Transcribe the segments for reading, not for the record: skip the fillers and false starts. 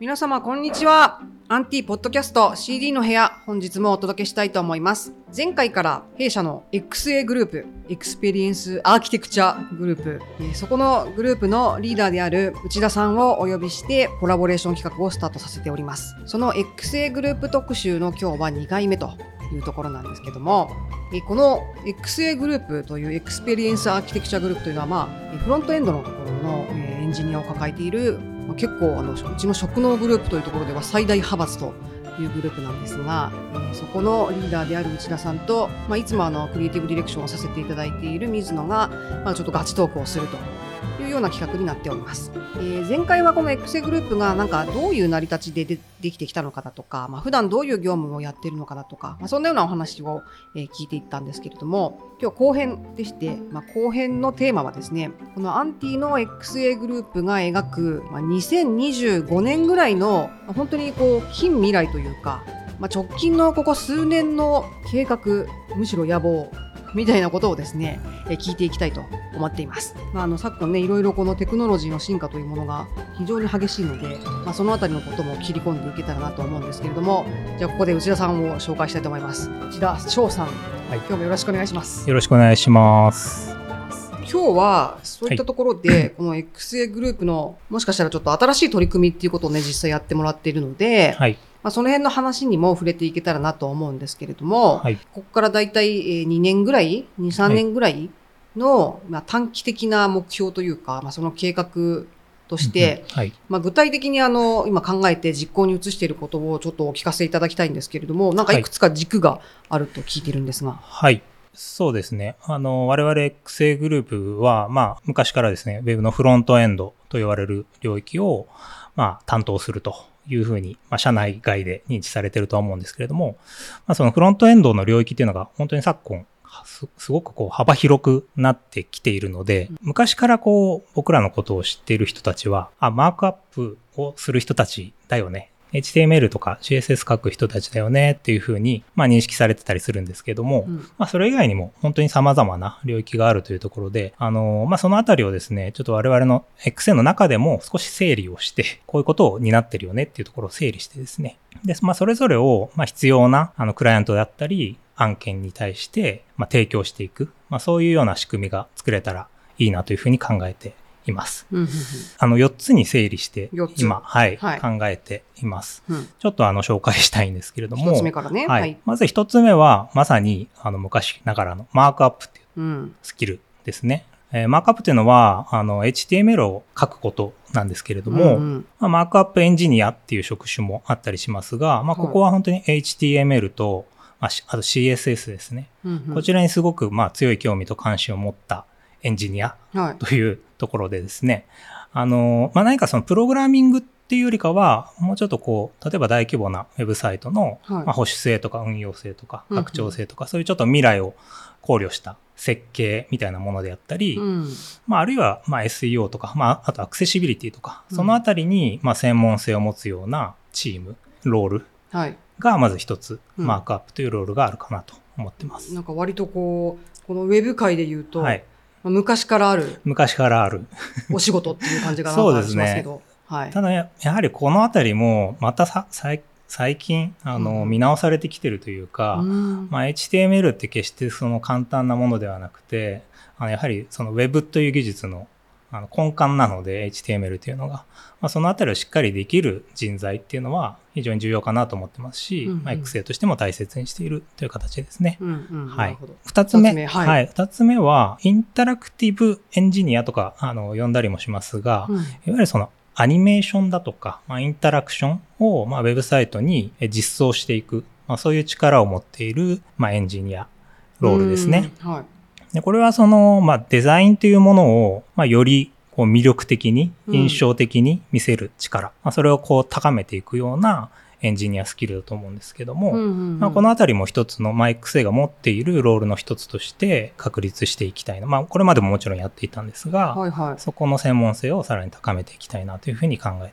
皆様こんにちは。アンティポッドキャスト CD の部屋、本日もお届けしたいと思います。前回から弊社の XA グループ、エクスペリエンスアーキテクチャグループ、そこのグループのリーダーである内田さんをお呼びしてコラボレーション企画をスタートさせております。その XA グループ特集の今日は2回目というところなんですけども、この XA グループというエクスペリエンスアーキテクチャグループというのは、フロントエンドのところのエンジニアを抱えている結構うちの職能グループというところでは最大派閥というグループなんですが、そこのリーダーである内田さんと、いつもクリエイティブディレクションをさせていただいている水野が、ちょっとガチトークをするというような企画になっております。前回はこの XA グループがどういう成り立ちでできてきたのかだとか、普段どういう業務をやっているのかだとか、そんなようなお話を聞いていったんですけれども、今日後編でして、後編のテーマはですね、このアンティの XA グループが描く、2025年ぐらいの本当に近未来というか、直近のここ数年の計画、むしろ野望みたいなことをですね、聞いていきたいと思っています。昨今ね、いろいろこのテクノロジーの進化というものが非常に激しいので、そのあたりのことも切り込んでいけたらなと思うんですけれども、じゃあここで内田さんを紹介したいと思います。内田翔さん、今日もよろしくお願いします。 よろしくお願いします。 今日はそういったところで、この XA グループのもしかしたらちょっと新しい取り組みっていうことをね、実際やってもらっているので、その辺の話にも触れていけたらなと思うんですけれども、ここからだいたい2年ぐらい、2、3年ぐらいの短期的な目標というか、その計画として、具体的に今考えて実行に移していることをちょっとお聞かせいただきたいんですけれども、いくつか軸があると聞いてるんですが。 そうですね。我々 XA グループは、昔からですね、Web のフロントエンドと言われる領域を、担当するというふうに、社内外で認知されているとは思うんですけれども、そのフロントエンドの領域っていうのが本当に昨今、すごく幅広くなってきているので、昔から僕らのことを知っている人たちは、マークアップをする人たちだよね。HTML とか CSS 書く人たちだよねっていうふうに、認識されてたりするんですけども、それ以外にも本当に様々な領域があるというところで、そのあたりをですね、ちょっと我々の XA の中でも少し整理をして、こういうことを担ってるよねっていうところを整理してですね、で、それぞれを必要なクライアントだったり、案件に対して提供していく、そういうような仕組みが作れたらいいなというふうに考えています。4つに整理して今、考えています。ちょっと紹介したいんですけれども、 1つ目からね。 まず1つ目はまさに昔ながらのマークアップっていうスキルですね。マークアップっていうのはHTML を書くことなんですけれども、マークアップエンジニアっていう職種もあったりしますが、ここは本当に HTML とあと CSS ですね。こちらにすごく強い興味と関心を持ったエンジニアというところでですね、何かそのプログラミングっていうよりかは、もうちょっと例えば大規模なウェブサイトの保守性とか運用性とか拡張性とか、そういうちょっと未来を考慮した設計みたいなものであったり、あるいはSEO とか、あとアクセシビリティとか、そのあたりに専門性を持つようなチーム、ロールがまず一つ、マークアップというロールがあるかなと思ってます。 割とこのウェブ界で言うと、昔からあるお仕事っていう感じがしますけど。 ただやはりこのあたりもまた最近見直されてきてるというか、HTML って決してその簡単なものではなくて、やはりその Web という技術の根幹なので HTML というのが、そのあたりをしっかりできる人材っていうのは非常に重要かなと思ってますし、XA としても大切にしているという形ですね。二つ目はインタラクティブエンジニアとか呼んだりもしますが、いわゆるそのアニメーションだとか、インタラクションをウェブサイトに実装していく、そういう力を持っているエンジニアロールですね。でこれはその、デザインというものを、より魅力的に、印象的に見せる力、それを高めていくようなエンジニアスキルだと思うんですけども、このあたりも一つの、XA が持っているロールの一つとして確立していきたいな。これまでももちろんやっていたんですが、そこの専門性をさらに高めていきたいなというふうに考えて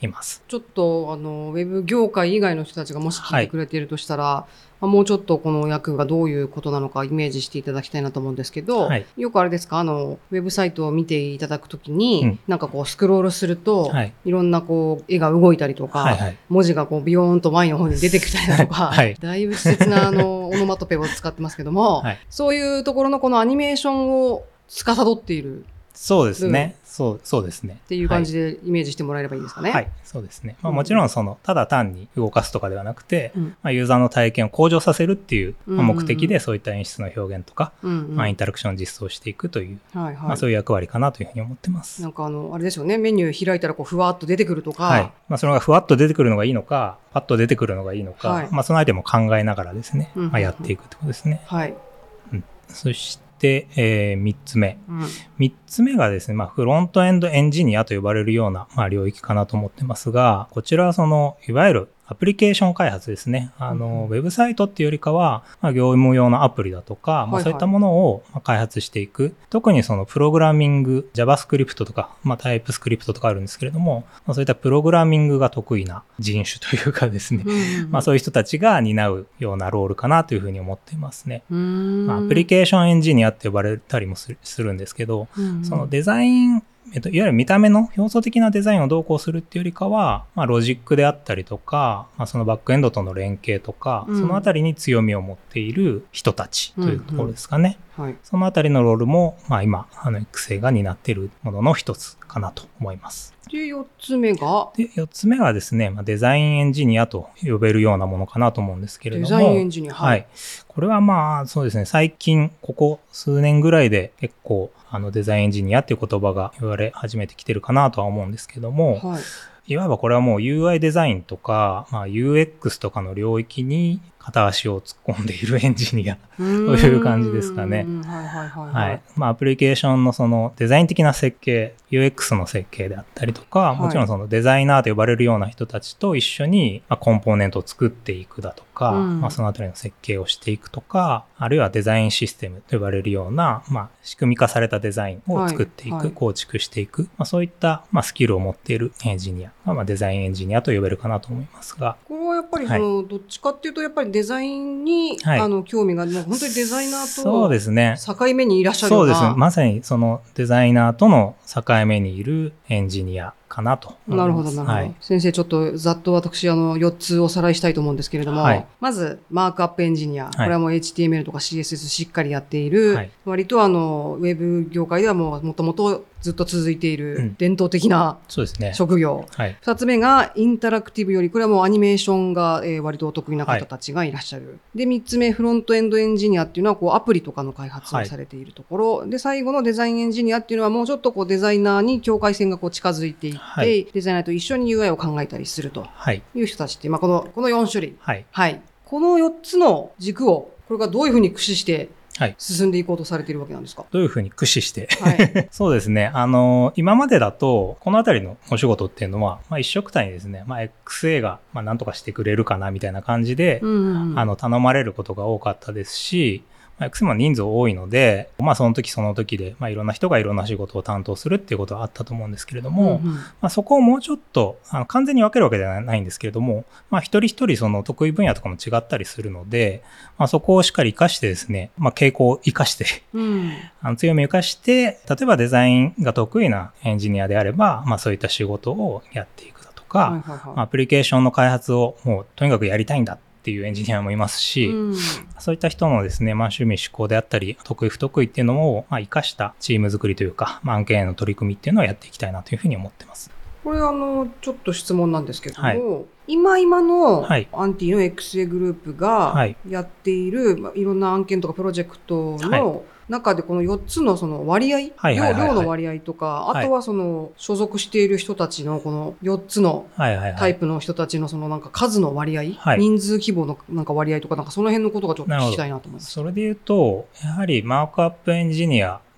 います。 ちょっとウェブ業界以外の人たちがもし聞いてくれているとしたら、もうちょっとこの役がどういうことなのかイメージしていただきたいなと思うんですけど、よくあれですか、ウェブサイトを見ていただくときに、なんかこうスクロールすると、いろんなこう絵が動いたりとか、文字がこうビヨーンと前の方に出てきたりだとか、だいぶ施設なオノマトペを使ってますけども、そういうところのこのアニメーションを司っている。 そうですね。そうですね。 っていう感じでイメージしてもらえればいいですかね。 はい、そうですね。もちろんただ単に動かすとかではなくて、ユーザーの体験を向上させるっていう目的でそういった演出の表現とか、インタラクションを実装していくという、そういう役割かなというふうに思ってます。 なんかあれですよね、メニュー開いたらこうふわっと出てくるとか、 それがふわっと出てくるのがいいのか、パッと出てくるのがいいのか、そのあたりも考えながらですね、やっていくってことですね。そしてで、3つ目。3つ目がですね、フロントエンドエンジニアと呼ばれるような、領域かなと思ってますが、こちらはいわゆるアプリケーション開発ですね。ウェブサイトっていうよりかは、業務用のアプリだとか、そういったものを開発していく。特にプログラミング、JavaScript とか、TypeScript とかあるんですけれども、そういったプログラミングが得意な人種というかですね、そういう人たちが担うようなロールかなというふうに思っていますね。アプリケーションエンジニアって呼ばれたりもするんですけど、そのデザイン、いわゆる見た目の表層的なデザインをどうこうするっていうよりかは、ロジックであったりとか、そのバックエンドとの連携とか、そのあたりに強みを持っている人たちというところですかね。そのあたりのロールも、今、育成が担っているものの一つかなと思います。 で、4つ目が 4つ目はですね、デザインエンジニアと呼べるようなものかなと思うんですけれども。 デザインエンジニア。 これはそうですね、最近、ここ数年ぐらいで結構、デザインエンジニアっていう言葉が言われ始めてきてるかなとは思うんですけども、いわばこれはもう UI デザインとか、UX とかの領域に片足を突っ込んでいるエンジニアという感じですかね。アプリケーションのそのデザイン的な設計、UX の設計であったりとか、もちろんそのデザイナーと呼ばれるような人たちと一緒にコンポーネントを作っていくだとか、そのあたりの設計をしていくとか、あるいはデザインシステムと呼ばれるような、仕組み化されたデザインを作っていく、構築していく、そういったスキルを持っているエンジニアがデザインエンジニアと呼べるかなと思いますが。 これはやっぱりどっちかっていうとやっぱりデザインに、興味が本当にデザイナーとそうですね。 境目にいらっしゃるような。 そうですね。まさにそのデザイナーとの境目にいるエンジニアかなと思います。 なるほど、なるほど。先生、ちょっとざっと私4つおさらいしたいと思うんですけれども、まずマークアップエンジニア、これはもう HTML とか CSS しっかりやっている、割とウェブ業界ではもともとずっと続いている伝統的な職業。2つ目がインタラクティブより、これはもうアニメーションが割とお得意な方たちがいらっしゃる。で、3つ目、フロントエンドエンジニアっていうのはこうアプリとかの開発をされているところ。で、最後のデザインエンジニアっていうのはもうちょっとこうデザイナーに境界線がこう近づいていって、デザイナーと一緒に UI を考えたりするという人たちって、この4種類。この4つの軸を、これがどういうふうに駆使して進んでいこうとされているわけなんですか？ どういうふうに駆使して、そうですね。今までだと、このあたりのお仕事っていうのは、一緒くたにですね、XA が何とかしてくれるかなみたいな感じで、頼まれることが多かったですし、XA も人数多いので、その時その時で、いろんな人がいろんな仕事を担当するっていうことはあったと思うんですけれども、そこをもうちょっと、完全に分けるわけではないんですけれども、一人一人その得意分野とかも違ったりするので、そこをしっかり活かしてですね、傾向を活かして、強みを活かして、例えばデザインが得意なエンジニアであれば、そういった仕事をやっていくだとか、アプリケーションの開発をもうとにかくやりたいんだっていうエンジニアもいますし、そういった人のですね、趣味嗜好であったり、得意不得意っていうのを活かしたチーム作りというか、案件への取り組みっていうのをやっていきたいなというふうに思ってます。 これちょっと質問なんですけども、今のアンティの XA グループがやっている、いろんな案件とかプロジェクトの中でこの4つのその割合、量の割合とか、あとはその所属している人たちのこの4つのタイプの人たちのそのなんか数の割合、人数規模のなんか割合とか、なんかその辺のことがちょっと聞きたいなと思います。 それで言うと、やはりマークアップエンジニア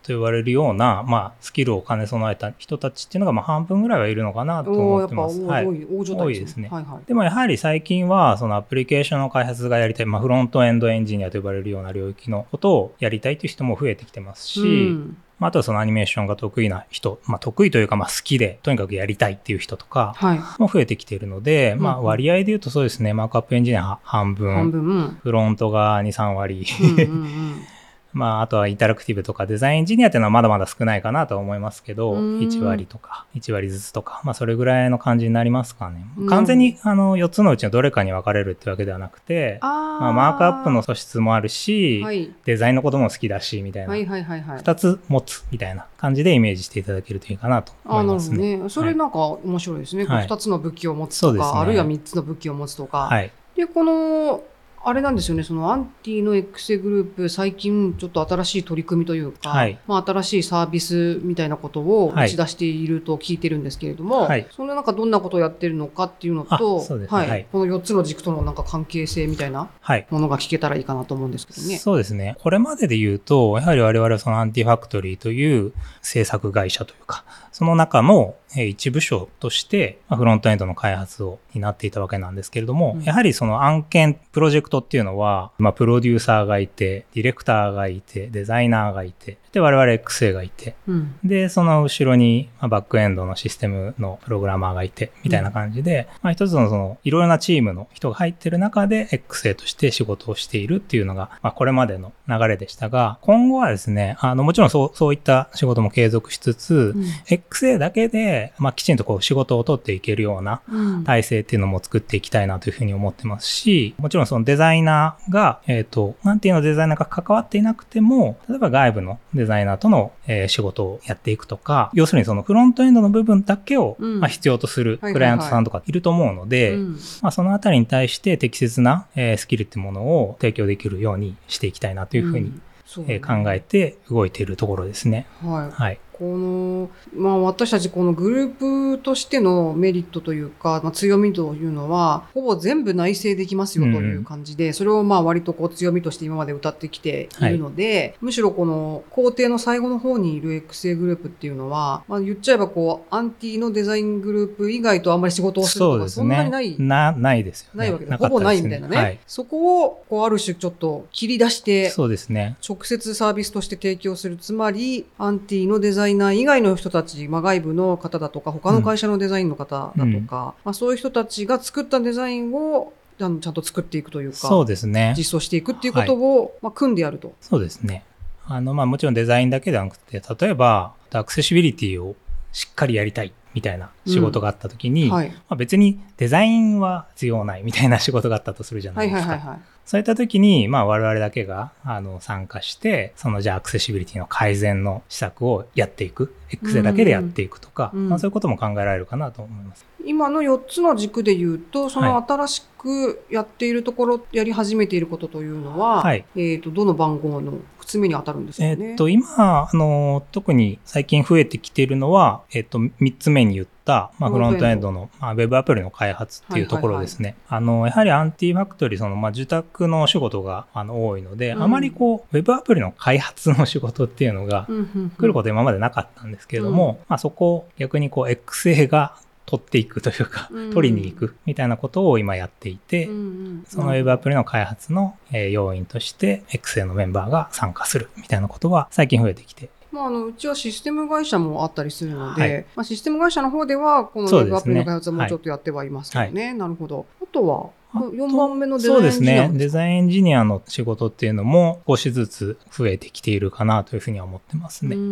と言われるような、スキルを兼ね備えた人たちっていうのが、半分ぐらいはいるのかなと思ってます。 やっぱ大所帯多いですね。でもやはり最近は、そのアプリケーションの開発がやりたい、フロントエンドエンジニアと呼ばれるような領域のことをやりたいという人も増えてきてますし、あとはそのアニメーションが得意な人、得意というか好きでとにかくやりたいっていう人とかも増えてきているので、割合で言うとそうですね、マークアップエンジニア半分、フロントが2、3割、あとはインタラクティブとかデザインエンジニアっていうのはまだまだ少ないかなとは思いますけど、1割とか、1割ずつとか、それぐらいの感じになりますかね。完全に4つのうちのどれかに分かれるってわけではなくて、マークアップの素質もあるし、デザインのことも好きだし、みたいな。2つ持つみたいな感じでイメージしていただけるといいかなと思いますね。 なるほどね。それなんか面白いですね。2つの武器を持つとか、あるいは3つの武器を持つとか。で、この、あれなんですよね、そのアンティの XA グループ、最近ちょっと新しい取り組みというか、新しいサービスみたいなことを打ち出していると聞いてるんですけれども、そのなんかどんなことをやってるのかっていうのと、この4つの軸とのなんか関係性みたいなものが聞けたらいいかなと思うんですけどね。 そうですね。これまでで言うと、やはり我々はそのアンティファクトリーという制作会社というか、その中の一部署として、フロントエンドの開発を担っていたわけなんですけれども、やはりその案件、プロジェクトっていうのは、プロデューサーがいて、ディレクターがいて、デザイナーがいて、で、我々 XA がいて、で、その後ろに、バックエンドのシステムのプログラマーがいて、みたいな感じで、一つのその、いろいろなチームの人が入ってる中で、XA として仕事をしているっていうのが、これまでの流れでしたが、今後はですね、もちろんそういった仕事も継続しつつ、XA だけで、きちんとこう仕事を取っていけるような体制っていうのも作っていきたいなというふうに思ってますし、もちろんそのデザイナーが、なんていうのデザイナーが関わっていなくても、例えば外部のデザイナーとの、仕事をやっていくとか、要するにそのフロントエンドの部分だけを、必要とするクライアントさんとかいると思うので、そのあたりに対して適切な、スキルっていうものを提供できるようにしていきたいなというふうに、考えて動いているところですね。 この、私たちこのグループとしてのメリットというか、強みというのは、ほぼ全部内製できますよという感じで、それを割とこう強みとして今まで歌ってきているので、むしろこの工程の最後の方にいる XA グループっていうのは、言っちゃえばこう、アンティのデザイングループ以外とあんまり仕事をするとか、そんなにない。 ないですよね。 ないわけで、ほぼないみたいなね。そこを、こう、ある種ちょっと切り出して、 そうですね。 直接サービスとして提供する。つまり、アンティのデザイナー以外の人たち、外部の方だとか、他の会社のデザインの方だとか、そういう人たちが作ったデザインをちゃんと作っていくというか、 そうですね。 実装していくっていうことを、組んでやると。 そうですね。もちろんデザインだけではなくて、例えば、アクセシビリティをしっかりやりたいみたいな仕事があったときに、別にデザインは必要ないみたいな仕事があったとするじゃないですか。そういった時に、我々だけが、参加して、じゃあアクセシビリティの改善の施策をやっていく。XA だけでやっていくとか、そういうことも考えられるかなと思います。 今の4つの軸で言うと、その新しくやっているところ、やり始めていることというのは、どの番号のつ目に当たるんですかね。 今、特に最近増えてきているのは、3つ目に言った、フロントエンドの、ウェブアプリの開発っていうところですね。やはりアンティファクトリー、受託の仕事が多いので、あまりこう、ウェブアプリの開発の仕事っていうのが来ること今までなかったんですけれども、そこを逆にこう、XA が取っていくというか、取りに行くみたいなことを今やっていて、そのウェブアプリの開発の要員として、XA のメンバーが参加するみたいなことは最近増えてきて、 うちはシステム会社もあったりするので、システム会社の方では、このウェブアプリの開発はもうちょっとやってはいますけどね。なるほど。あとは、4番目のデザインエンジニア。そうですね。 デザインエンジニアの仕事っていうのも少しずつ増えてきているかなというふうには思ってますね。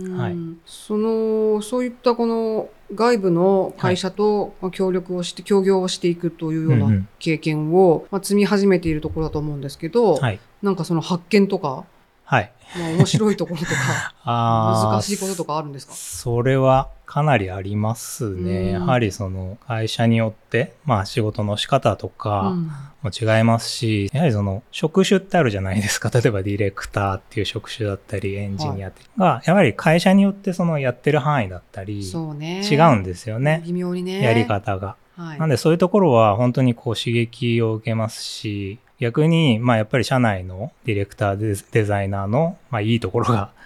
そういったこの外部の会社と協力をして、協業をしていくというような経験を積み始めているところだと思うんですけど、なんかその発見とか、面白いところとか、難しいこととかあるんですか？ それはかなりありますね。やはりその会社によって、仕事の仕方とかも違いますし、やはりその職種ってあるじゃないですか。例えばディレクターっていう職種だったり、エンジニアってが、やはり会社によってそのやってる範囲だったり、違うんですよね。 微妙にね。 やり方が。なんでそういうところは本当にこう刺激を受けますし、逆に、やっぱり社内のディレクターデザイナーの、いいところが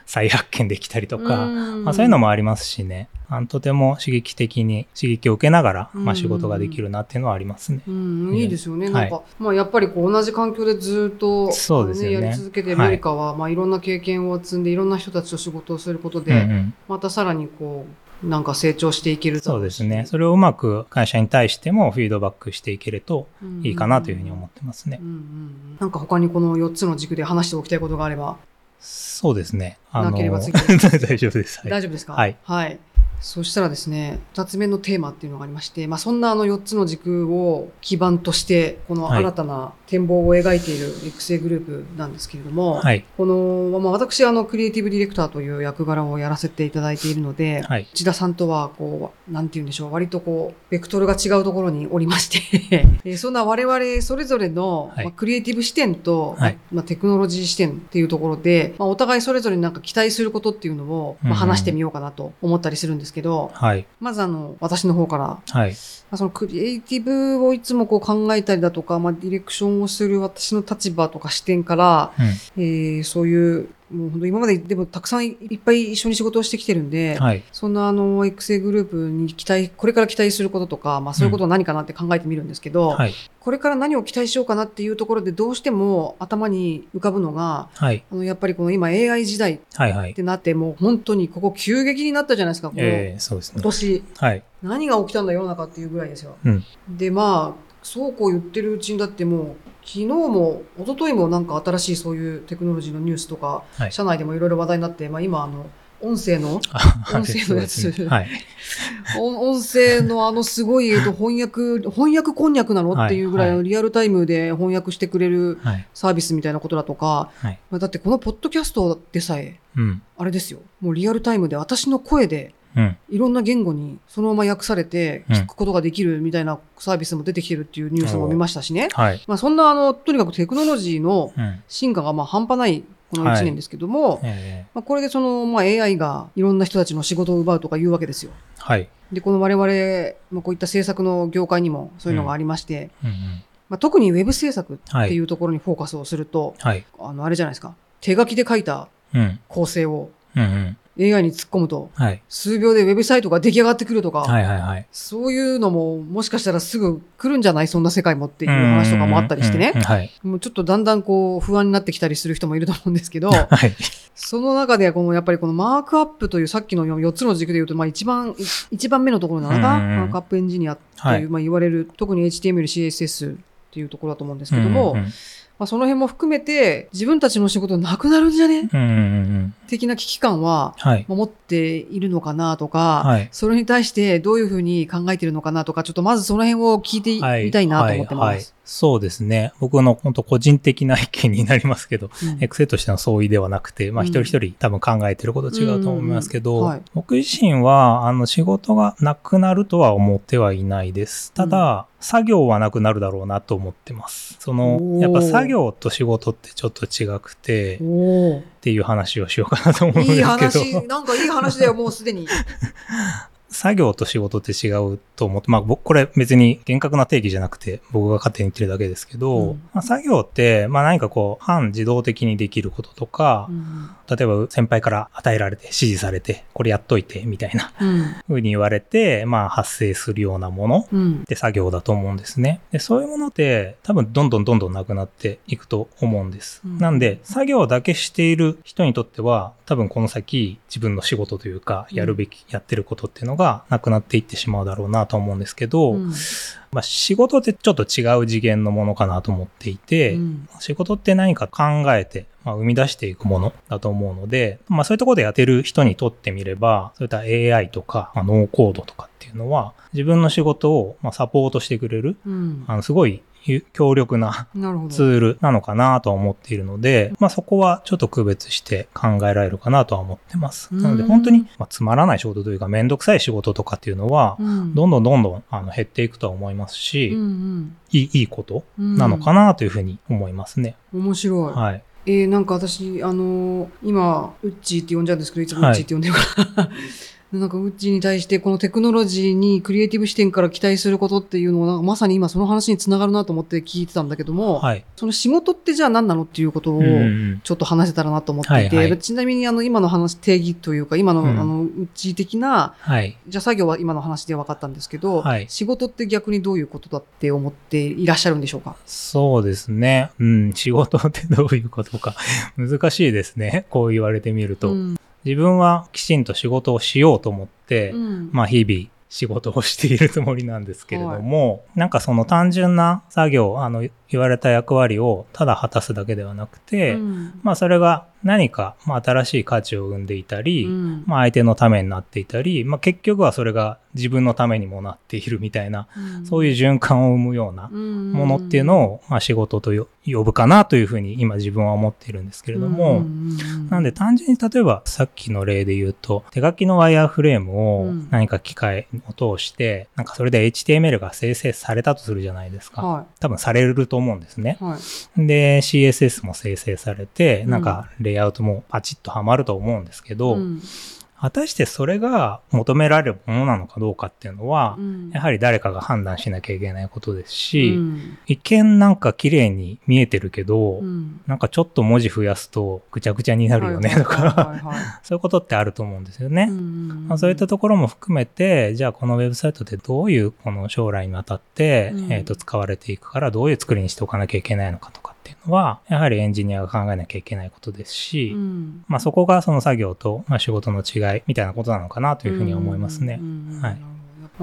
再発見できたりとか、そういうのもありますしね。とても刺激的に刺激を受けながら、仕事ができるなっていうのはありますね。 いいですよね。なんか、やっぱり同じ環境でずっと、 そうですよね。 やり続けてるよりかは、いろんな経験を積んで、いろんな人たちと仕事をすることで、またさらになんか成長していけると。 そうですね。それをうまく会社に対してもフィードバックしていけるといいかなというふうに思ってますね。 なんか他にこの4つの軸で話しておきたいことがあれば。 そうですね。 なければ次大丈夫です。 大丈夫ですか？ はい。 はい。そしたらですね、2つ目のテーマっていうのがありまして、そんな4つの軸を基盤として、この新たな展望を描いている育成グループなんですけれども、 はい、 この、私クリエイティブディレクターという役柄をやらせていただいているので、 はい、 内田さんとは、なんて言うんでしょう、割とベクトルが違うところにおりましてそんな我々それぞれの、クリエイティブ視点と、テクノロジー視点っていうところで、お互いそれぞれなんか期待することっていうのを、話してみようかなと思ったりするんですけど、まず私の方から、そのクリエイティブをいつも考えたりだとか、ディレクションをする私の立場とか視点から、そういう、もう本当今まででもたくさんいっぱい一緒に仕事をしてきてるんで、そんな育成グループにこれから期待することとか、そういうことは何かなって考えてみるんですけど、これから何を期待しようかなっていうところでどうしても頭に浮かぶのが、やっぱり今 AI 時代ってなって、もう本当にここ急激になったじゃないですか、 そうですね、 今年、何が起きたんだ世の中っていうぐらいですよ。で、そう言ってるうちにだってもう、昨日も一昨日もなんか新しいそういうテクノロジーのニュースとか、社内でもいろいろ話題になって、今音声のやつ、音声のすごい翻訳こんにゃくなのっていうぐらいのリアルタイムで翻訳してくれるサービスみたいなことだとか、だってこのポッドキャストでさえ、あれですよ、もうリアルタイムで私の声で、いろんな言語にそのまま訳されて聞くことができるみたいなサービスも出てきてるっていうニュースも見ましたしね。そんなとにかくテクノロジーの進化が半端ないこの1年ですけども、これでAI がいろんな人たちの仕事を奪うとかいうわけですよ。で、この我々、こういった制作の業界にもそういうのがありまして、特にウェブ制作っていうところにフォーカスをすると、あれじゃないですか、手書きで書いた構成を、AI に突っ込むと、数秒でウェブサイトが出来上がってくるとか、そういうのももしかしたらすぐ来るんじゃないそんな世界もっていう話とかもあったりしてね。もうちょっとだんだん不安になってきたりする人もいると思うんですけど、その中でやっぱりこのマークアップというさっきの4つの軸で言うと、一番目のところなのか、マークアップエンジニアっていう、言われる、特に HTML、CSS っていうところだと思うんですけども、その辺も含めて自分たちの仕事なくなるんじゃね、的な危機感は持っているのかなとか、それに対してどういうふうに考えているのかなとか、ちょっとまずその辺を聞いてみたいなと思ってます。 そうですね。僕の本当個人的な意見になりますけど、エクセとしての相違ではなくて、一人一人多分考えてること違うと思いますけど、僕自身は仕事がなくなるとは思ってはいないです。ただ、作業はなくなるだろうなと思ってます。やっぱ作業と仕事ってちょっと違くて、っていう話をしようかなと思うんですけど。いい話、なんかいい話だよ、もうすでに。 作業と仕事って違うと思って、僕、これ別に厳格な定義じゃなくて、僕が勝手に言ってるだけですけど、作業って、何か半自動的にできることとか、例えば先輩から与えられて、指示されて、これやっといて、みたいな、風に言われて、発生するようなものって作業だと思うんですね。で、そういうものって、多分どんどんなくなっていくと思うんです。なんで、作業だけしている人にとっては、多分この先、自分の仕事というか、やってることっていうのがなくなっていってしまうだろうなと思うんですけど、仕事ってちょっと違う次元のものかなと思っていて、仕事って何か考えて、生み出していくものだと思うので、そういうところでやってる人にとってみれば、そういった AI とか、ノーコードとかっていうのは、自分の仕事をサポートしてくれる、すごい強力なツールなのかなとは思っているので、そこはちょっと区別して考えられるかなとは思ってます。なので本当に、つまらない仕事というかめんどくさい仕事とかっていうのは、どんどん減っていくとは思いますし、いいことなのかなというふうに思いますね。 面白い。なんか私、今、ウッチーって呼んじゃうんですけど、いつもウッチーって呼んでるから、 なんかうちに対してこのテクノロジーにクリエイティブ視点から期待することっていうのをなんかまさに今その話につながるなと思って聞いてたんだけども、 はい。 その仕事ってじゃあ何なのっていうことをちょっと話せたらなと思っていて、 はいはい、 ちなみに今の話定義というか今の、うち的な、 はい、 じゃあ作業は今の話で分かったんですけど、 はい、 仕事って逆にどういうことだって思っていらっしゃるんでしょうか？ そうですね。仕事ってどういうことか難しいですね。こう言われてみると。自分はきちんと仕事をしようと思って、日々仕事をしているつもりなんですけれども、なんかその単純な作業、言われた役割をただ果たすだけではなくて、それが何か、新しい価値を生んでいたり、相手のためになっていたり、結局はそれが自分のためにもなっているみたいな、そういう循環を生むようなものっていうのを、仕事と呼ぶかなというふうに今自分は思っているんですけれども、なんで単純に例えばさっきの例で言うと、手書きのワイヤーフレームを何か機械を通して、なんかそれで HTML が生成されたとするじゃないですか。多分されると思うんですね。で、CSS も生成されて、なんかレイアウトもパチッとはまると思うんですけど、果たしてそれが求められるものなのかどうかっていうのは、やはり誰かが判断しなきゃいけないことですし、一見なんか綺麗に見えてるけど、なんかちょっと文字増やすとぐちゃぐちゃになるよねとか、そういうことってあると思うんですよね。そういったところも含めて、じゃあこのウェブサイトってどういうこの将来にわたって、使われていくからどういう作りにしておかなきゃいけないのかとかっていうのは、やはりエンジニアが考えなきゃいけないことですし、そこがその作業と、仕事の違いみたいなことなのかなというふうに思いますね。はい。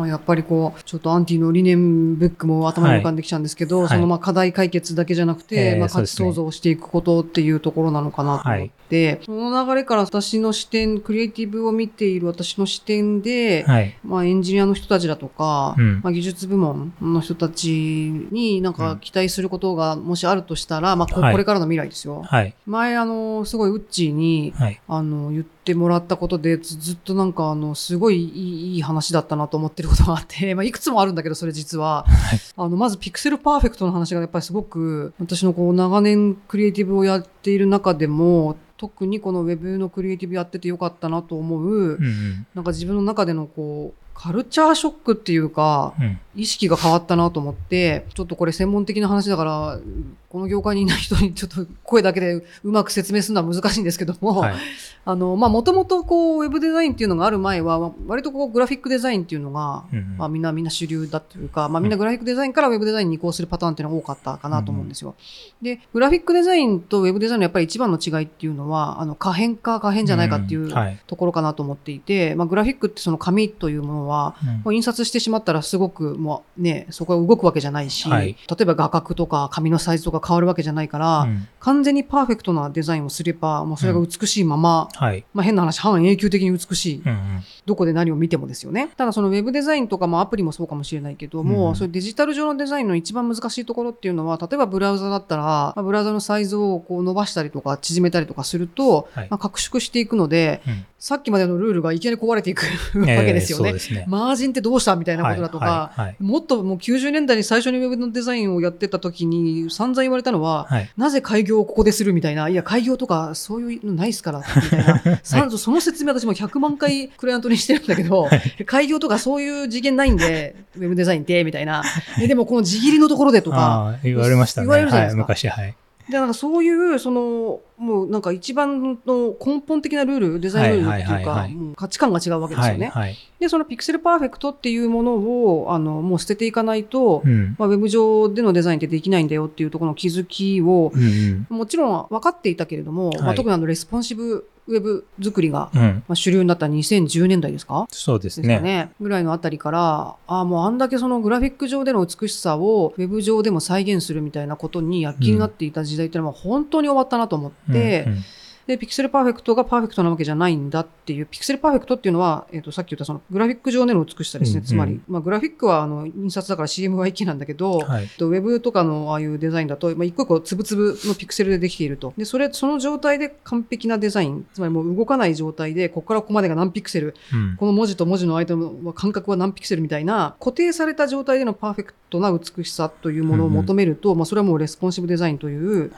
やっぱりこう、ちょっとアンティの理念ブックも頭に浮かんできちゃうんですけど、その課題解決だけじゃなくて、価値創造をしていくことっていうところなのかなと思って、その流れから私の視点、クリエイティブを見ている私の視点で、エンジニアの人たちだとか、技術部門の人たちになんか期待することがもしあるとしたら、これからの未来ですよ。前すごいウッチーに、言ってもらったことでずっとなんかすごいいい話だったなと思ってることがあって、いくつもあるんだけど、それ実は。まずピクセルパーフェクトの話がやっぱりすごく、私のこう長年クリエイティブをやっている中でも、特にこのウェブのクリエイティブやっててよかったなと思う、なんか自分の中でのこう、カルチャーショックっていうか、意識が変わったなと思って、ちょっとこれ専門的な話だから、この業界にいない人にちょっと声だけでうまく説明するのは難しいんですけども、もともとこう、ウェブデザインっていうのがある前は、割とこう、グラフィックデザインっていうのが、みんな主流だというか、みんなグラフィックデザインからウェブデザインに移行するパターンっていうのが多かったかなと思うんですよ。で、グラフィックデザインとウェブデザインのやっぱり一番の違いっていうのは、可変か可変じゃないかっていうところかなと思っていて、グラフィックってその紙というものは、印刷してしまったらすごくもうね、そこが動くわけじゃないし、例えば画角とか紙のサイズとか変わるわけじゃないから、完全にパーフェクトなデザインをすれば、もうそれが美しいまま、変な話、半永久的に美しい、どこで何を見てもですよね。ただそのウェブデザインとかもアプリもそうかもしれないけども、そういうデジタル上のデザインの一番難しいところっていうのは、例えばブラウザだったら、ブラウザのサイズをこう伸ばしたりとか縮めたりとかすると、拡縮していくので、さっきまでのルールがいきなり壊れていくわけですよね。マージンってどうしたみたいなことだとか、もっともう90年代に最初にウェブのデザインをやってた時に散々言われたのは、なぜ開業をここでするみたいな、いや開業とかそういうのないっすからみたいな、その説明私も100万回クライアントにしてるんだけど、開業とかそういう次元ないんでウェブデザインってみたいな、でもこの地切りのところでとか言われましたね。 言われるじゃないですか。 昔で、なんかそういう、もうなんか一番の根本的なルール、デザインルールっていうか、もう価値観が違うわけですよね。で、そのピクセルパーフェクトっていうものを、もう捨てていかないと、ウェブ上でのデザインってできないんだよっていうところの気づきを、もちろん分かっていたけれども、特にレスポンシブウェブ作りが、主流になった2010年代ですか？ そうですね。 ぐらいのあたりから、もうあんだけそのグラフィック上での美しさをウェブ上でも再現するみたいなことに躍起になっていた時代っていうのは本当に終わったなと思って、で、ピクセルパーフェクトがパーフェクトなわけじゃないんだっていう、ピクセルパーフェクトっていうのは、さっき言ったそのグラフィック上での美しさですね。つまり、グラフィックは印刷だから CMYK なんだけど、ウェブとかのああいうデザインだと、一個一個つぶつぶのピクセルでできていると。で、その状態で完璧なデザイン、つまりもう動かない状態で、ここからここまでが何ピクセル、この文字と文字の間の間隔は何ピクセルみたいな、固定された状態でのパーフェクトな美しさというものを求めると、それはもうレスポンシブデザインという、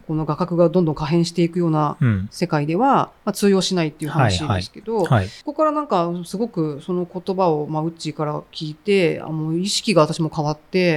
この画角がどんどん可変していくような世界では、通用しないっていう話ですけど、ここからなんかすごくその言葉をウッチーから聞いて、もう意識が私も変わって、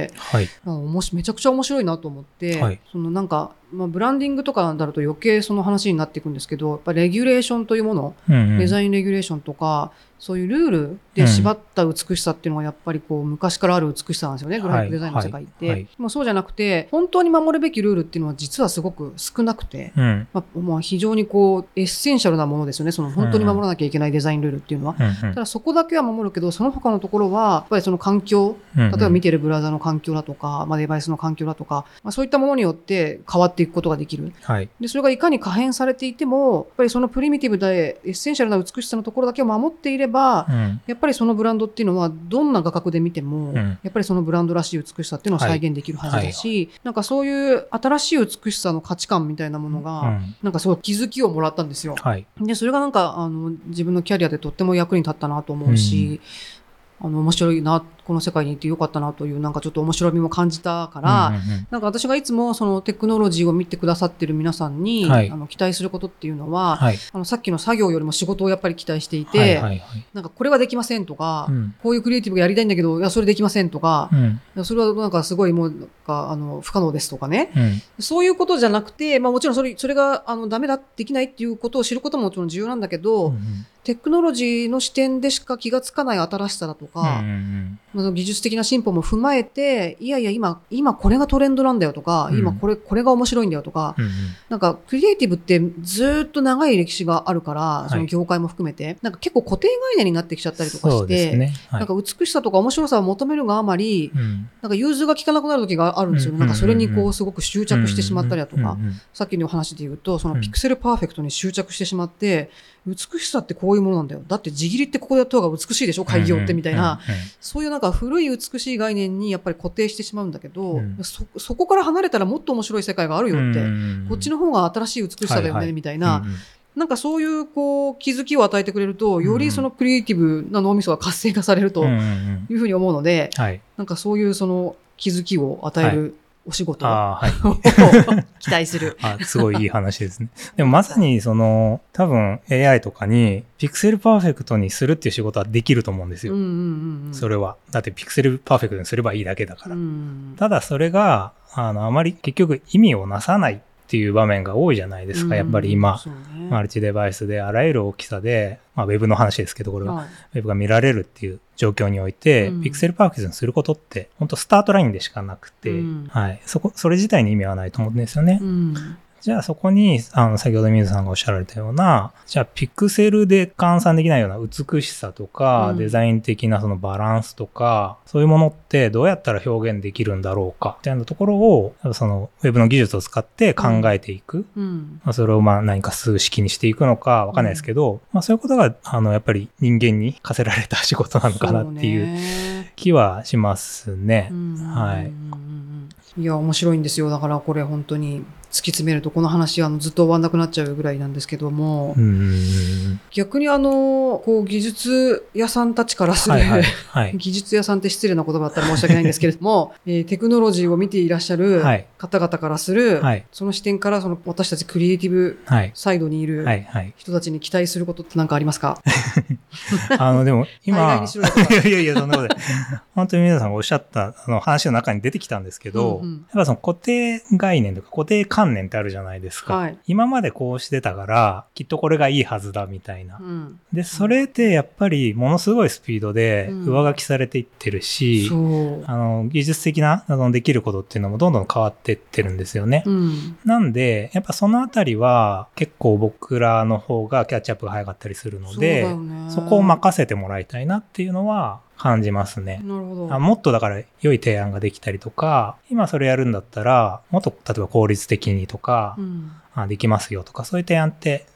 めちゃくちゃ面白いなと思って、そのなんか、ブランディングとかになると余計その話になっていくんですけど、やっぱレギュレーションというもの、デザインレギュレーションとか、そういうルールで縛った美しさっていうのがやっぱりこう昔からある美しさなんですよね、グラフィックデザインの世界って。もうそうじゃなくて、本当に守るべきルールっていうのは実はすごく少なくて、非常にこうエッセンシャルなものですよね、その本当に守らなきゃいけないデザインルールっていうのは。ただそこだけは守るけど、その他のところは、やっぱりその環境、例えば見てるブラウザの環境だとか、デバイスの環境だとか、そういったものによって変わっていくことができる。で、それがいかに可変されていても、やっぱりそのプリミティブでエッセンシャルな美しさのところだけを守っていれば、やっぱりそのブランドっていうのはどんな画角で見ても、やっぱりそのブランドらしい美しさっていうのを再現できるはずだし、なんかそういう新しい美しさの価値観みたいなものが、なんかすごい気づきをもらったんですよ。で、それがなんか自分のキャリアでとっても役に立ったなと思うし、面白いな、この世界にいてよかったなという、なんかちょっと面白みも感じたから、なんか私がいつもそのテクノロジーを見てくださってる皆さんに、期待することっていうのは、さっきの作業よりも仕事をやっぱり期待していて、なんかこれはできませんとか、こういうクリエイティブがやりたいんだけど、いや、それできませんとか、それはなんかすごいもう、なんか不可能ですとかね、そういうことじゃなくて、もちろんそれがダメだ、できないっていうことを知ることももちろん重要なんだけど、テクノロジーの視点でしか気がつかない新しさだとか、技術的な進歩も踏まえて、いやいや今これがトレンドなんだよとか、今これが面白いんだよとか、なんかクリエイティブってずっと長い歴史があるから、その業界も含めて、なんか結構固定概念になってきちゃったりとかして、なんか美しさとか面白さを求めるがあまり、なんか融通が効かなくなる時があるんですよね。なんかそれにこうすごく執着してしまったりだとか、さっきの話で言うと、そのピクセルパーフェクトに執着してしまって、美しさってこういうものなんだよ。だって地切りってここでやった方が美しいでしょ、開業ってみたいな。そういうなんか古い美しい概念にやっぱり固定してしまうんだけど、そこから離れたらもっと面白い世界があるよって、こっちの方が新しい美しさだよね、みたいな。なんかそういうこう気づきを与えてくれると、よりそのクリエイティブな脳みそが活性化されるというふうに思うので、なんかそういうその気づきを与えるお仕事を期待する。 すごいいい話ですね。でもまさにその多分 AI とかにピクセルパーフェクトにするっていう仕事はできると思うんですよ。それは。だってピクセルパーフェクトにすればいいだけだから。ただそれがあまり結局意味をなさないっていう場面が多いじゃないですか。やっぱり今、マルチデバイスであらゆる大きさで、ウェブの話ですけど、これは、ウェブが見られるっていう状況において、ピクセルパーフェクトにすることって、本当スタートラインでしかなくて、それ自体に意味はないと思うんですよね。じゃあそこに、先ほど水さんがおっしゃられたような、じゃあピクセルで換算できないような美しさとか、デザイン的なそのバランスとか、そういうものってどうやったら表現できるんだろうか、みたいなところを、そのウェブの技術を使って考えていく。それを何か数式にしていくのかわかんないですけど、そういうことが、やっぱり人間に課せられた仕事なのかなっていう気はしますね。 いや、面白いんですよ。だからこれ本当に突き詰めるとこの話はずっと終わんなくなっちゃうぐらいなんですけども、逆にこう技術屋さんたちからする、技術屋さんって失礼な言葉だったら申し訳ないんですけれども、テクノロジーを見ていらっしゃる方々からする、その視点からその私たちクリエイティブサイドにいる人たちに期待することって何かありますか？ でも今、 海外にしろよとかいや、そんなことで。本当に皆さんがおっしゃった話の中に出てきたんですけど、やっぱその固定概念とか固定観念ってあるじゃないですか。今までこうしてたから、きっとこれがいいはずだみたいな。で、それってやっぱりものすごいスピードで上書きされていってるし、技術的なできることっていうのもどんどん変わっていってるんですよね。なんで、やっぱそのあたりは結構僕らの方がキャッチアップが早かったりするので、そこを任せてもらいたいなっていうのは感じますね。 なるほど。 もっとだから良い提案ができたりとか、今それやるんだったら、もっと例えば効率的にとか、できますよとか、そういう提案って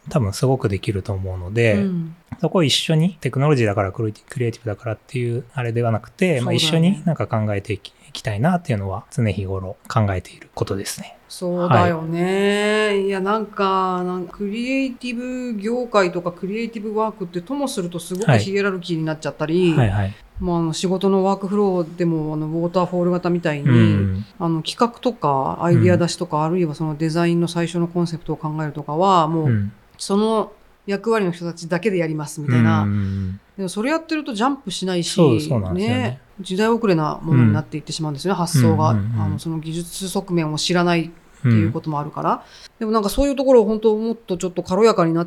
多分すごくできると思うので、そこを一緒にテクノロジーだからクリエイティブだからっていうあれではなくて、一緒になんか考えていきたいなっていうのは常日頃考えていることですね。 そうだよね。いや、なんかクリエイティブ業界とかクリエイティブワークってともするとすごくヒエラルキーになっちゃったり、仕事のワークフローでもウォーターフォール型みたいに、企画とかアイデア出しとか、あるいはそのデザインの最初のコンセプトを考えるとかは、もうその役割の人たちだけでやりますみたいな。でもそれやってるとジャンプしないし、 そうなんですよね。 時代遅れなものになっていってしまうんですよね、発想が。その技術側面を知らないっていうこともあるから。でもなんかそういうところを本当もっとちょっと軽やかになって、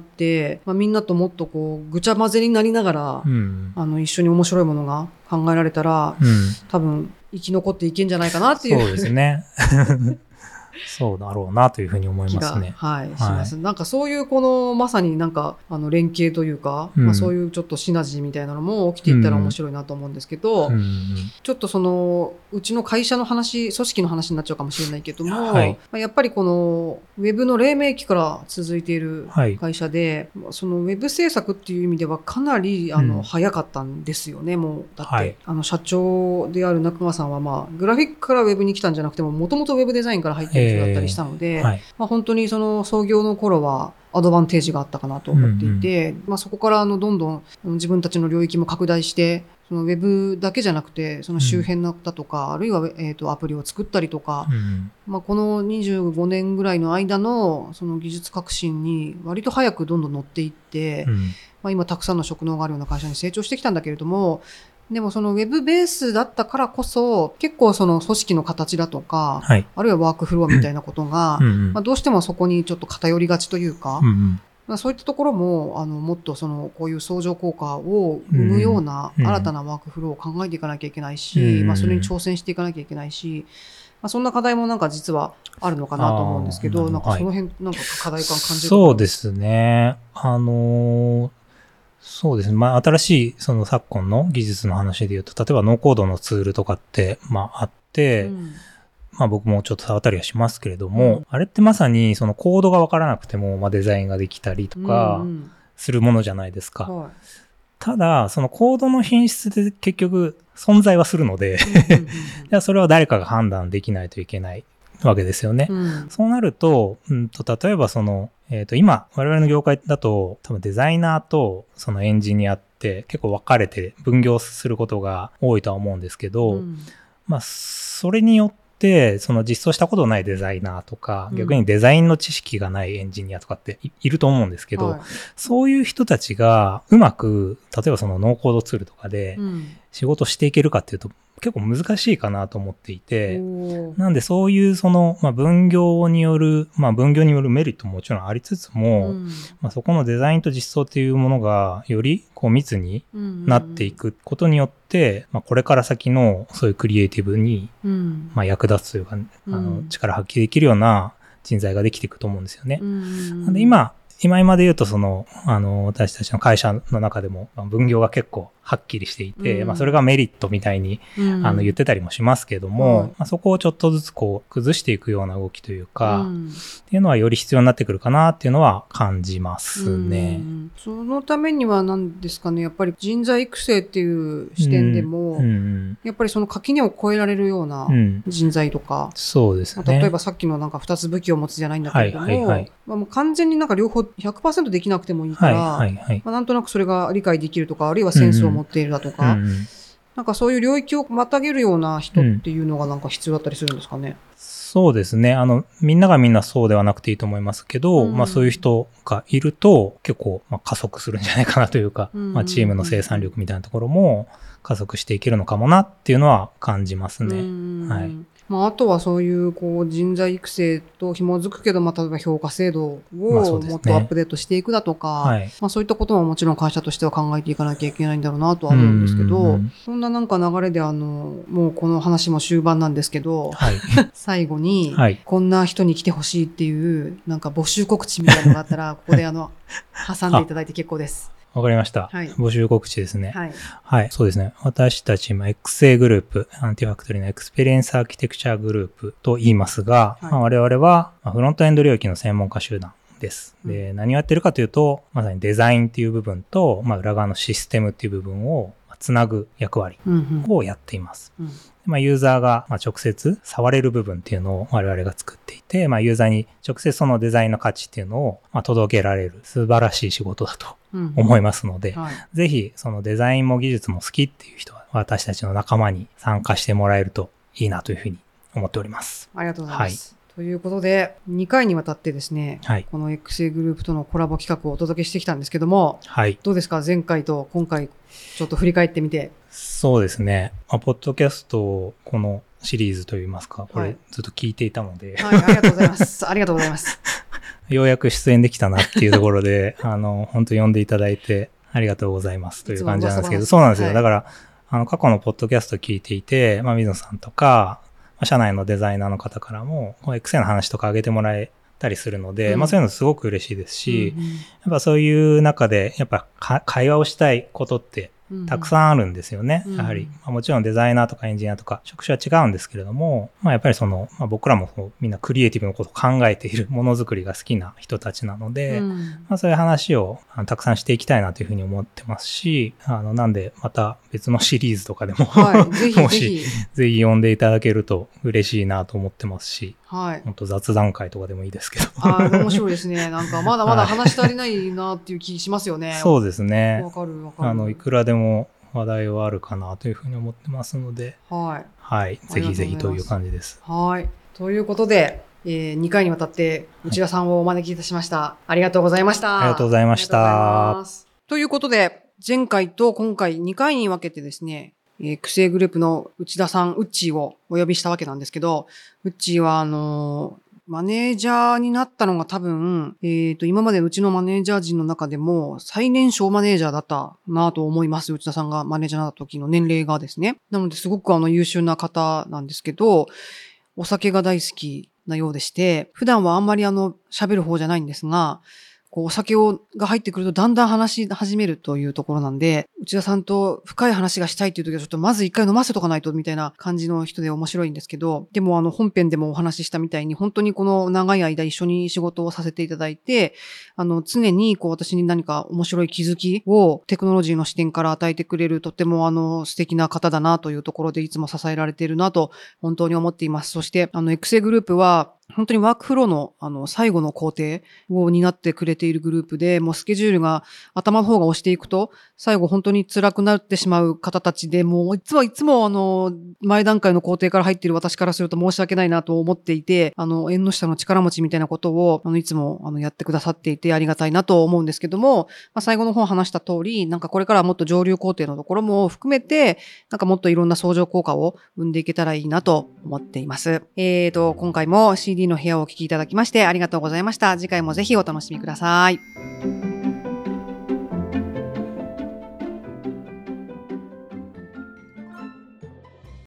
みんなともっとこうぐちゃ混ぜになりながら、一緒に面白いものが考えられたら、多分生き残っていけんじゃないかなっていう。 そうですね。そうだろうなというふうに思いますね。 はい、します。なんかそういうこのまさになんか連携というか、そういうちょっとシナジーみたいなのも起きていったら面白いなと思うんですけど、ちょっとそのうちの会社の話、組織の話になっちゃうかもしれないけども、やっぱりこのウェブの黎明期から続いている会社で、そのウェブ制作っていう意味ではかなり早かったんですよね。もうだって社長である中川さんはグラフィックからウェブに来たんじゃなくても、もともとウェブデザインから入っている人だったりしたので、本当にその創業の頃はアドバンテージがあったかなと思っていて、そこからどんどん自分たちの領域も拡大して、そのウェブだけじゃなくてその周辺だとか、あるいはアプリを作ったりとか、この25年ぐらいの間のその技術革新に割と早くどんどん乗っていって、今たくさんの職能があるような会社に成長してきたんだけれども、でもそのウェブベースだったからこそ、結構その組織の形だとか、あるいはワークフロアみたいなことが、どうしてもそこにちょっと偏りがちというか、そういったところももっとこういう相乗効果を生むような新たなワークフローを考えていかなきゃいけないし、それに挑戦していかなきゃいけないし、そんな課題もなんか実はあるのかなと思うんですけど、なんかその辺なんか課題感感じる。 そうですね。そうですね。新しいその昨今の技術の話で言うと、例えばノーコードのツールとかってあって、僕もちょっと触ったりはしますけれども、あれってまさにそのコードがわからなくてもデザインができたりとかするものじゃないですか。ただそのコードの品質で結局存在はするので、それは誰かが判断できないといけないわけですよね。そうなると、例えばその今我々の業界だと多分デザイナーとそのエンジニアって結構分かれて分業することが多いとは思うんですけど、それによってその実装したことないデザイナーとか、逆にデザインの知識がないエンジニアとかっていると思うんですけど、そういう人たちがうまく例えばそのノーコードツールとかで仕事していけるかっていうと結構難しいかなと思っていて、なんでそういうその、分業によるメリットももちろんありつつも、そこのデザインと実装っていうものがよりこう密になっていくことによって、これから先のそういうクリエイティブに、役立つというか、力発揮できるような人材ができていくと思うんですよね。なんで今で言うとその、私たちの会社の中でも分業が結構はっきりしていて、それがメリットみたいに、言ってたりもしますけども、そこをちょっとずつこう崩していくような動きというか、っていうのはより必要になってくるかなっていうのは感じますね。 そのためには何ですかね、やっぱり人材育成っていう視点でも、やっぱりその垣根を越えられるような人材とか、 そうですね。 例えばさっきのなんか2つ武器を持つじゃないんだけれども、もう完全になんか両方 100% できなくてもいいから、なんとなくそれが理解できるとか、あるいはセンスを持っているだとか、なんかそういう領域をまたげるような人っていうのがなんか必要だったりするんですかね。 そうですね。みんながみんなそうではなくていいと思いますけど、そういう人がいると結構加速するんじゃないかなというか、チームの生産力みたいなところも加速していけるのかもなっていうのは感じますね。 あとはそういう人材育成と紐づくけど、例えば評価制度をもっとアップデートしていくだとか、そういったことももちろん会社としては考えていかなきゃいけないんだろうなとは思うんですけど、そんななんか流れでもうこの話も終盤なんですけど、最後に、こんな人に来てほしいっていうなんか募集告知みたいなのがあったら、ここで挟んでいただいて結構です。 わかりました。募集告知ですね。そうですね。私たちXA グループ、アンティファクトリーのエクスペリエンスアーキテクチャグループと言いますが、我々はフロントエンド領域の専門家集団です。で、何をやってるかというと、まさにデザインっていう部分と、裏側のシステムっていう部分をつなぐ役割をやっています。ユーザーが直接触れる部分っていうのを我々が作っていて、ユーザーに直接そのデザインの価値っていうのを届けられる素晴らしい仕事だと思いますので、ぜひそのデザインも技術も好きっていう人は私たちの仲間に参加してもらえるといいなというふうに思っております。 ありがとうございます。ということで、2回にわたってですね、この XA グループとのコラボ企画をお届けしてきたんですけども、どうですか、前回と今回ちょっと振り返ってみて。 そうですね。ポッドキャスト、このシリーズといいますか、これずっと聞いていたので。 ありがとうございます。ありがとうございます。 ようやく出演できたなっていうところで、本当呼んでいただいてありがとうございますという感じなんですけど、そうなんですよ。だから、過去のポッドキャスト聞いていて、水野さんとか、社内のデザイナーの方からも、XA の話とか上げてもらえたりするので、そういうのすごく嬉しいですし、やっぱそういう中で、やっぱ会話をしたいことってたくさんあるんですよね。やはり、もちろんデザイナーとかエンジニアとか職種は違うんですけれども、やっぱり僕らもみんなクリエイティブのことを考えているものづくりが好きな人たちなので、そういう話をたくさんしていきたいなというふうに思ってますし、なんでまた別のシリーズとかでも、もしぜひ呼んでいただけると嬉しいなと思ってますし、本当雑談会とかでもいいですけど。 面白いですね。なんかまだまだ話し足りないなっていう気しますよね。 そうですね。 わかる。 いくらでも話題はあるかなというふうに思ってますので、ぜひぜひという感じです。 ということで、2回にわたって内田さんをお招きいたしました。ありがとうございました。 ありがとうございました。 ということで、前回と今回2回に分けてですね、XA グループの内田さん、ウッチーをお呼びしたわけなんですけど、ウッチーはマネージャーになったのが多分、今までうちのマネージャー陣の中でも最年少マネージャーだったなと思います。内田さんがマネージャーになった時の年齢がですね。なのですごく優秀な方なんですけど、お酒が大好きなようでして、普段はあんまり喋る方じゃないんですが、お酒が入ってくるとだんだん話し始めるというところなんで、内田さんと深い話がしたいという時はちょっとまず一回飲ませとかないとみたいな感じの人で面白いんですけど、でも本編でもお話ししたみたいに本当にこの長い間一緒に仕事をさせていただいて、常に私に何か面白い気づきをテクノロジーの視点から与えてくれるとても素敵な方だなというところでいつも支えられているなと本当に思っています。そしてXA グループは本当にワークフローの最後の工程を担ってくれているグループで、もうスケジュールが頭の方が押していくと、最後本当に辛くなってしまう方たちで、もういつも前段階の工程から入っている私からすると申し訳ないなと思っていて、縁の下の力持ちみたいなことを、いつもやってくださっていてありがたいなと思うんですけども、最後の方話した通り、なんかこれからはもっと上流工程のところも含めて、なんかもっといろんな相乗効果を生んでいけたらいいなと思っています。今回もCDの部屋をお聞きいただきましてありがとうございました。次回もぜひお楽しみください。